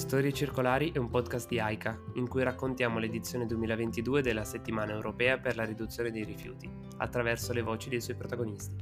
Storie Circolari è un podcast di AICA, in cui raccontiamo l'edizione 2022 della Settimana Europea per la riduzione dei rifiuti, attraverso le voci dei suoi protagonisti.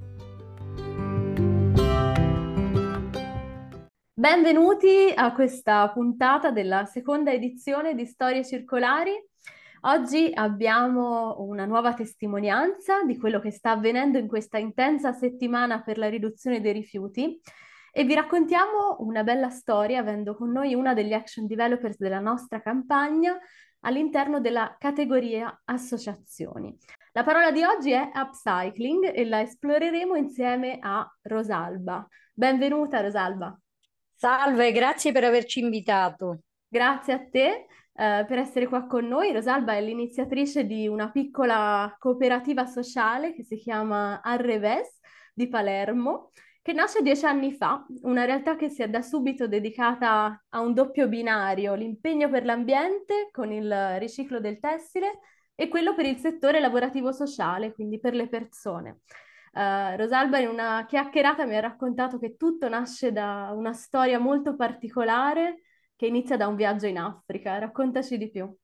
Benvenuti a questa puntata della seconda edizione di Storie Circolari. Oggi abbiamo una nuova testimonianza di quello che sta avvenendo in questa intensa settimana per la riduzione dei rifiuti e vi raccontiamo una bella storia avendo con noi una degli action developers della nostra campagna all'interno della categoria associazioni. La parola di oggi è upcycling e la esploreremo insieme a Rosalba. Benvenuta Rosalba. Salve, grazie per averci invitato. Grazie a te, per essere qua con noi. Rosalba è l'iniziatrice di una piccola cooperativa sociale che si chiama Arreves di Palermo, che nasce 10 anni fa, una realtà che si è da subito dedicata a un doppio binario, l'impegno per l'ambiente con il riciclo del tessile e quello per il settore lavorativo sociale, quindi per le persone. Rosalba in una chiacchierata mi ha raccontato che tutto nasce da una storia molto particolare che inizia da un viaggio in Africa. Raccontaci di più.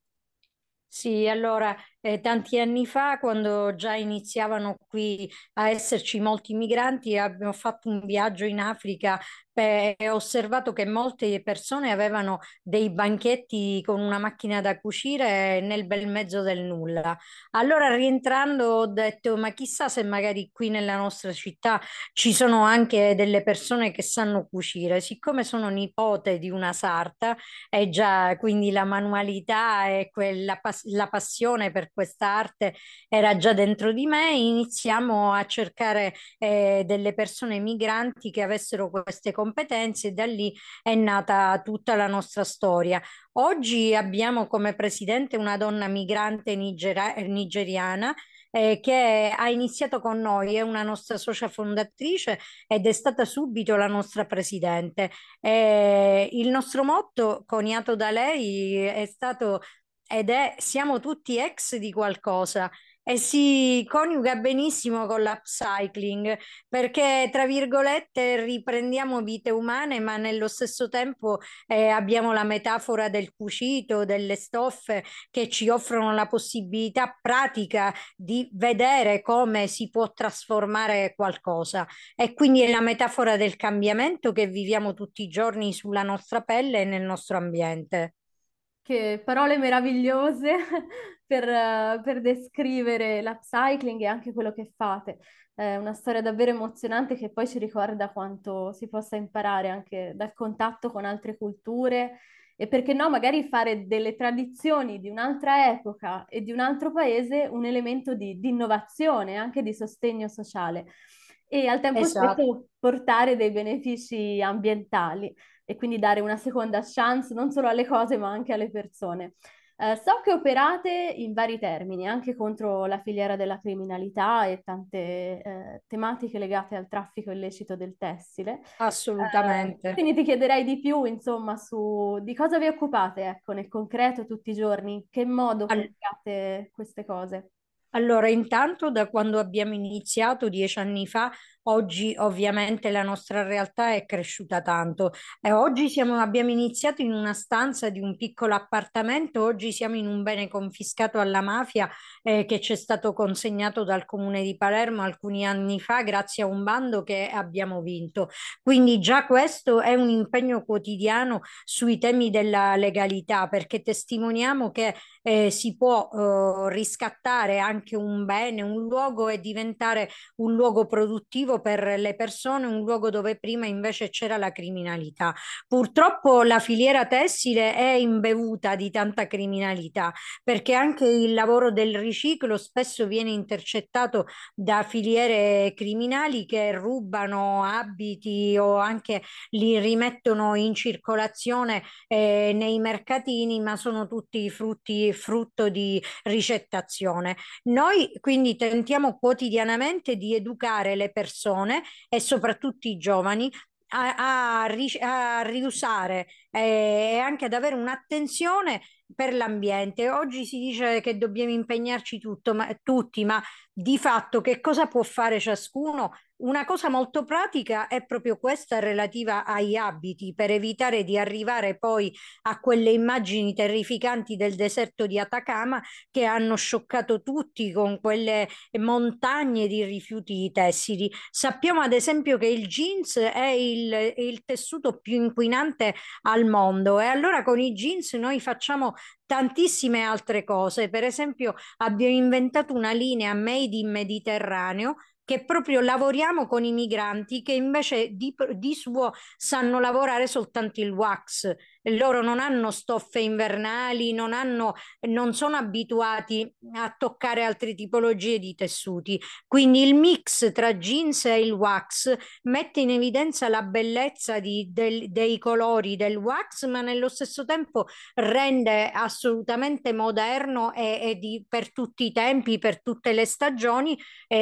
Sì, allora, tanti anni fa, quando già iniziavano qui a esserci molti migranti, abbiamo fatto un viaggio in Africa e ho osservato che molte persone avevano dei banchetti con una macchina da cucire nel bel mezzo del nulla. Allora, rientrando, ho detto, ma chissà se magari qui nella nostra città ci sono anche delle persone che sanno cucire. Siccome sono nipote di una sarta, è già quindi la manualità e la passione per questa arte era già dentro di me. Iniziamo a cercare delle persone migranti che avessero queste competenze e da lì è nata tutta la nostra storia. Oggi abbiamo come presidente una donna migrante nigeriana che ha iniziato con noi, è una nostra socia fondatrice ed è stata subito la nostra presidente. Il nostro motto, coniato da lei, è stato ed è siamo tutti ex di qualcosa e si coniuga benissimo con l'upcycling perché, tra virgolette, riprendiamo vite umane, ma nello stesso tempo abbiamo la metafora del cucito, delle stoffe che ci offrono la possibilità pratica di vedere come si può trasformare qualcosa. E quindi è la metafora del cambiamento che viviamo tutti i giorni sulla nostra pelle e nel nostro ambiente. Che parole meravigliose per descrivere l'upcycling e anche quello che fate. È una storia davvero emozionante che poi ci ricorda quanto si possa imparare anche dal contatto con altre culture e perché no, magari fare delle tradizioni di un'altra epoca e di un altro paese un elemento di innovazione, anche di sostegno sociale e al tempo Esatto. stesso portare dei benefici ambientali e quindi dare una seconda chance non solo alle cose ma anche alle persone. So che operate in vari termini, anche contro la filiera della criminalità e tante tematiche legate al traffico illecito del tessile. Assolutamente. Quindi ti chiederei di più, insomma, su di cosa vi occupate, ecco, nel concreto tutti i giorni, in che modo Al- collegate queste cose. Allora, intanto da quando abbiamo iniziato 10 anni fa, oggi ovviamente la nostra realtà è cresciuta tanto. E oggi abbiamo iniziato in una stanza di un piccolo appartamento, oggi siamo in un bene confiscato alla mafia che ci è stato consegnato dal Comune di Palermo alcuni anni fa grazie a un bando che abbiamo vinto. Quindi già questo è un impegno quotidiano sui temi della legalità, perché testimoniamo che si può riscattare anche un bene, un luogo e diventare un luogo produttivo per le persone, un luogo dove prima invece c'era la criminalità. Purtroppo la filiera tessile è imbevuta di tanta criminalità, perché anche il lavoro del riciclo spesso viene intercettato da filiere criminali che rubano abiti o anche li rimettono in circolazione nei mercatini, ma sono tutti frutto di ricettazione. Noi quindi tentiamo quotidianamente di educare le persone e soprattutto i giovani a riusare e anche ad avere un'attenzione per l'ambiente. Oggi si dice che dobbiamo impegnarci tutti, ma di fatto che cosa può fare ciascuno? Una cosa molto pratica è proprio questa relativa agli abiti, per evitare di arrivare poi a quelle immagini terrificanti del deserto di Atacama che hanno scioccato tutti con quelle montagne di rifiuti tessili. Sappiamo ad esempio che il jeans è il tessuto più inquinante al mondo, e allora con i jeans noi facciamo tantissime altre cose. Per esempio, abbiamo inventato una linea Made in Mediterraneo, che proprio lavoriamo con i migranti che invece di suo sanno lavorare soltanto il wax. Loro non hanno stoffe invernali, non sono abituati a toccare altre tipologie di tessuti. Quindi il mix tra jeans e il wax mette in evidenza la bellezza dei colori del wax, ma nello stesso tempo rende assolutamente moderno per tutti i tempi, per tutte le stagioni,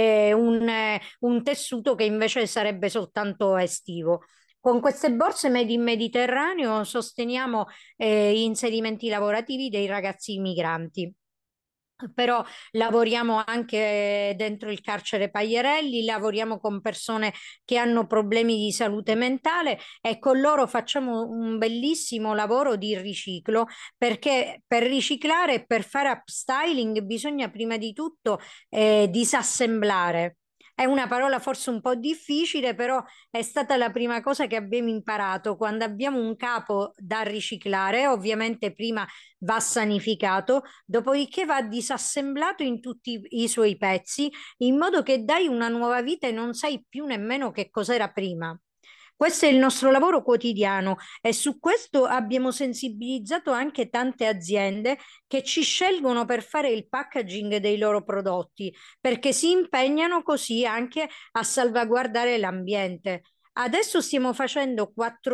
un tessuto che invece sarebbe soltanto estivo. Con queste borse Made in Mediterraneo sosteniamo gli inserimenti lavorativi dei ragazzi migranti. Però lavoriamo anche dentro il carcere Pagliarelli, lavoriamo con persone che hanno problemi di salute mentale e con loro facciamo un bellissimo lavoro di riciclo, perché per riciclare e per fare upstyling bisogna prima di tutto disassemblare. È una parola forse un po' difficile, però è stata la prima cosa che abbiamo imparato. Quando abbiamo un capo da riciclare, ovviamente prima va sanificato, dopodiché va disassemblato in tutti i suoi pezzi, in modo che dai una nuova vita e non sai più nemmeno che cos'era prima. Questo è il nostro lavoro quotidiano e su questo abbiamo sensibilizzato anche tante aziende che ci scelgono per fare il packaging dei loro prodotti, perché si impegnano così anche a salvaguardare l'ambiente. Adesso stiamo facendo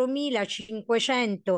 4.500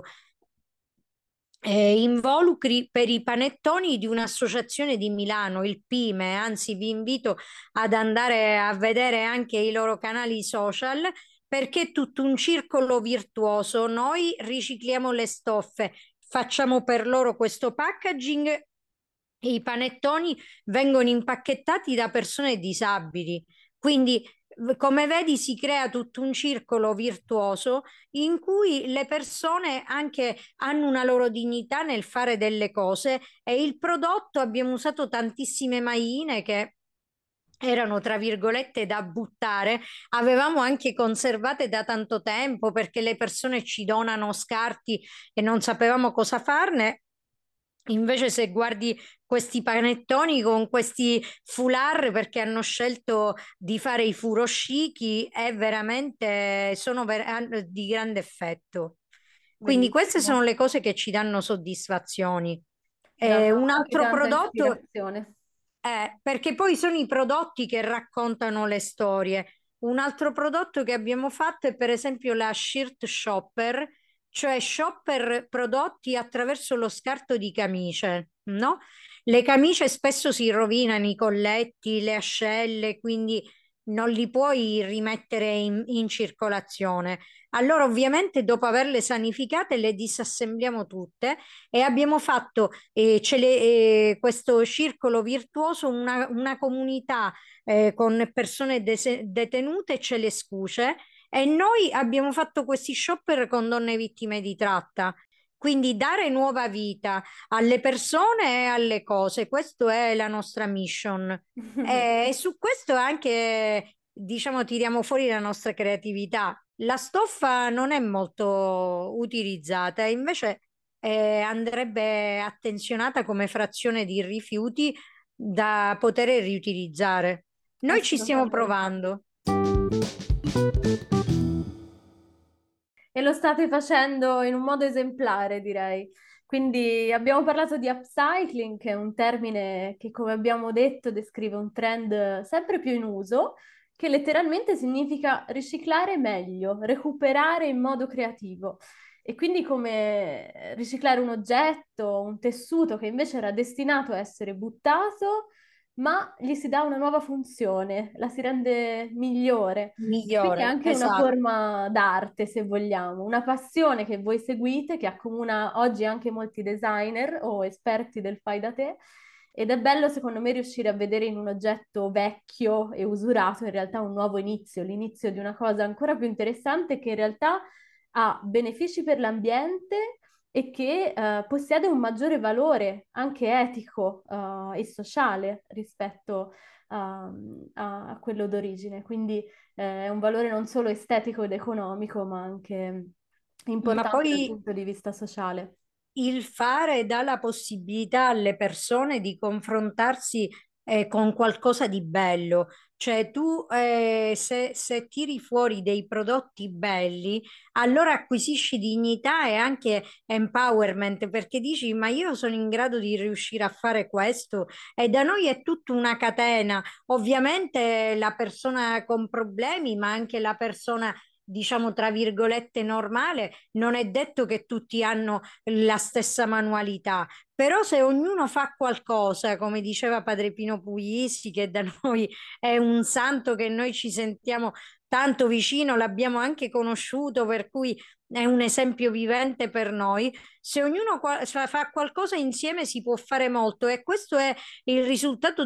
involucri per i panettoni di un'associazione di Milano, il Pime. Anzi, vi invito ad andare a vedere anche i loro canali social, perché è tutto un circolo virtuoso. Noi ricicliamo le stoffe, facciamo per loro questo packaging e i panettoni vengono impacchettati da persone disabili. Quindi, come vedi, si crea tutto un circolo virtuoso in cui le persone anche hanno una loro dignità nel fare delle cose, e il prodotto, abbiamo usato tantissime maine che erano tra virgolette da buttare, avevamo anche conservate da tanto tempo perché le persone ci donano scarti e non sapevamo cosa farne. Invece, se guardi questi panettoni con questi foulard, perché hanno scelto di fare i furoshiki, hanno di grande effetto. Quindi queste sono Bellissimo, le cose che ci danno soddisfazioni. danno Un anche altro tanta prodotto, ispirazione. perché poi sono i prodotti che raccontano le storie. Un altro prodotto che abbiamo fatto è per esempio la shirt shopper, cioè shopper prodotti attraverso lo scarto di camicie, no? Le camicie spesso si rovinano, i colletti, le ascelle, quindi non li puoi rimettere in circolazione. Allora, ovviamente, dopo averle sanificate, le disassembliamo tutte, e abbiamo fatto questo circolo virtuoso, una comunità con persone detenute ce le scuce, e noi abbiamo fatto questi shopper con donne vittime di tratta. Quindi dare nuova vita alle persone e alle cose, questa è la nostra mission. E su questo anche, diciamo, tiriamo fuori la nostra creatività. La stoffa non è molto utilizzata, invece andrebbe attenzionata come frazione di rifiuti da poter riutilizzare. Noi ci stiamo Assolutamente. provando. E lo state facendo in un modo esemplare, direi. Quindi abbiamo parlato di upcycling, che è un termine che, come abbiamo detto, descrive un trend sempre più in uso, che letteralmente significa riciclare meglio, recuperare in modo creativo. E quindi come riciclare un oggetto, un tessuto che invece era destinato a essere buttato, ma gli si dà una nuova funzione, la si rende migliore. E quindi è Migliore, anche una esatto. forma d'arte, se vogliamo, una passione che voi seguite, che accomuna oggi anche molti designer o esperti del fai da te. Ed è bello, secondo me, riuscire a vedere in un oggetto vecchio e usurato in realtà un nuovo inizio, l'inizio di una cosa ancora più interessante che in realtà ha benefici per l'ambiente e che possiede un maggiore valore anche etico e sociale rispetto a quello d'origine. Quindi è un valore non solo estetico ed economico, ma anche Ma importante dal poi punto di vista sociale. il fare dà la possibilità alle persone di confrontarsi con qualcosa di bello. Cioè tu se tiri fuori dei prodotti belli, allora acquisisci dignità e anche empowerment perché dici ma io sono in grado di riuscire a fare questo e da noi è tutta una catena. Ovviamente la persona con problemi, ma anche la persona diciamo tra virgolette normale, non è detto che tutti hanno la stessa manualità, però se ognuno fa qualcosa, come diceva Padre Pino Puglisi, che da noi è un santo che noi ci sentiamo tanto vicino, l'abbiamo anche conosciuto, per cui è un esempio vivente per noi. Se ognuno fa qualcosa insieme si può fare molto e questo è il risultato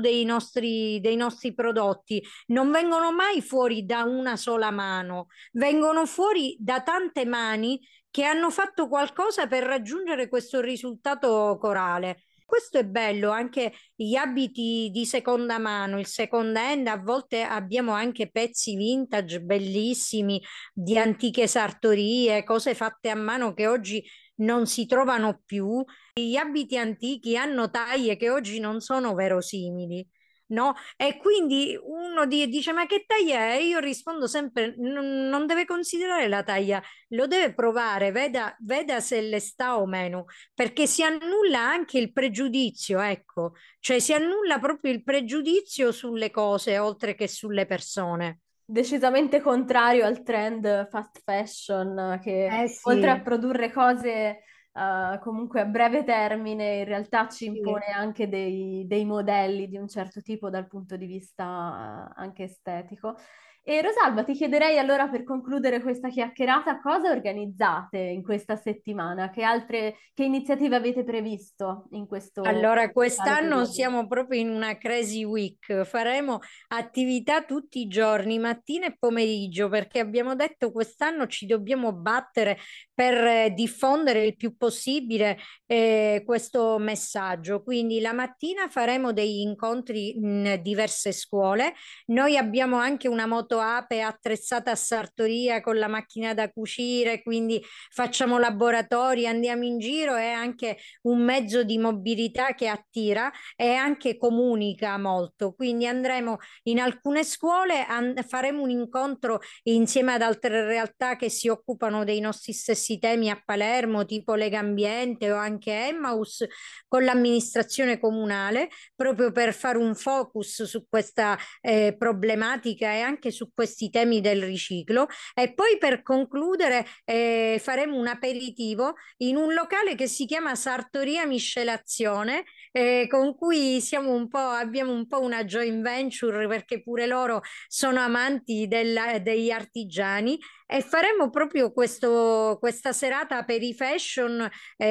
dei nostri prodotti. Non vengono mai fuori da una sola mano, vengono fuori da tante mani che hanno fatto qualcosa per raggiungere questo risultato corale. Questo è bello, anche gli abiti di seconda mano, il second hand, a volte abbiamo anche pezzi vintage bellissimi di antiche sartorie, cose fatte a mano che oggi non si trovano più. Gli abiti antichi hanno taglie che oggi non sono verosimili. No? E quindi uno dice: Ma che taglia è? E io rispondo sempre: Non deve considerare la taglia, lo deve provare, veda se le sta o meno, perché si annulla anche il pregiudizio, ecco, cioè si annulla proprio il pregiudizio sulle cose oltre che sulle persone. Decisamente contrario al trend fast fashion che Eh oltre a sì, produrre cose comunque a breve termine in realtà ci sì. impone anche dei modelli di un certo tipo dal punto di vista anche estetico. E Rosalba, ti chiederei allora per concludere questa chiacchierata cosa organizzate in questa settimana? Che iniziative avete previsto in questo Allora, speciale quest'anno periodo? siamo proprio in una crazy week, faremo attività tutti i giorni, mattina e pomeriggio, perché abbiamo detto quest'anno ci dobbiamo battere per diffondere il più possibile questo messaggio. Quindi la mattina faremo degli incontri in diverse scuole. Noi abbiamo anche una moto ape attrezzata a sartoria con la macchina da cucire, quindi facciamo laboratori, andiamo in giro e anche un mezzo di mobilità che attira e anche comunica molto. Quindi andremo in alcune scuole, faremo un incontro insieme ad altre realtà che si occupano dei nostri stessi temi a Palermo, tipo Legambiente o anche Emmaus, con l'amministrazione comunale, proprio per fare un focus su questa problematica e anche su questi temi del riciclo. E poi per concludere faremo un aperitivo in un locale che si chiama Sartoria Miscelazione, con cui abbiamo un po' una joint venture perché pure loro sono amanti degli artigiani e faremo proprio questa serata per i fashion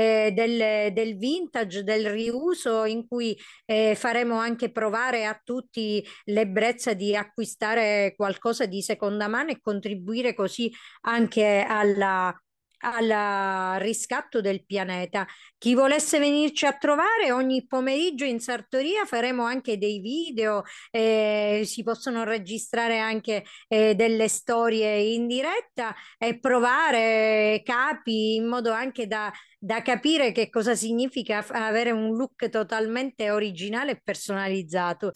del vintage, del riuso, in cui faremo anche provare a tutti l'ebbrezza di acquistare qualcosa di seconda mano e contribuire così anche al riscatto del pianeta. Chi volesse venirci a trovare ogni pomeriggio in sartoria faremo anche dei video, si possono registrare anche delle storie in diretta e provare capi in modo anche da capire che cosa significa avere un look totalmente originale e personalizzato.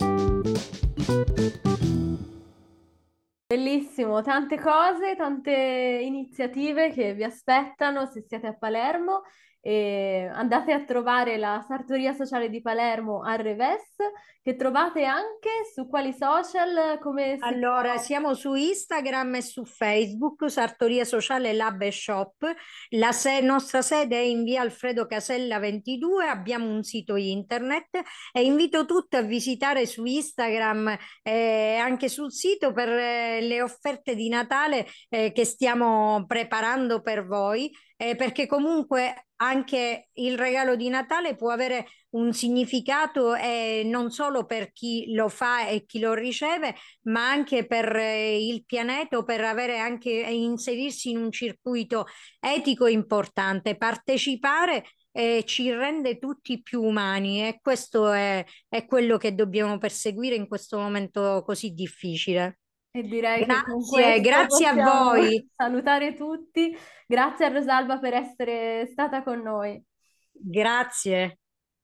Bellissimo, tante cose, tante iniziative che vi aspettano se siete a Palermo e andate a trovare la Sartoria Sociale di Palermo al Reves, che trovate anche su quali social, come si Allora, chiama? siamo su Instagram e su Facebook, Sartoria Sociale Lab e Shop. La nostra sede è in via Alfredo Casella 22, abbiamo un sito internet e invito tutti a visitare su Instagram e anche sul sito per le offerte di Natale che stiamo preparando per voi, perché comunque anche il regalo di Natale può avere un significato non solo per chi lo fa e chi lo riceve, ma anche per il pianeta o per avere anche inserirsi in un circuito etico importante. Partecipare ci rende tutti più umani e questo è quello che dobbiamo perseguire in questo momento così difficile. E direi che con Grazie, questo grazie a possiamo voi. salutare tutti. Grazie a Rosalba per essere stata con noi. Grazie.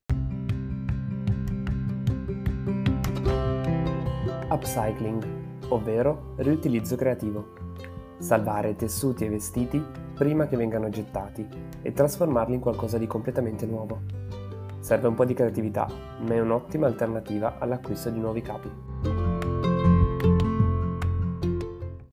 Upcycling, ovvero riutilizzo creativo. Salvare tessuti e vestiti prima che vengano gettati e trasformarli in qualcosa di completamente nuovo. Serve un po' di creatività, ma è un'ottima alternativa all'acquisto di nuovi capi.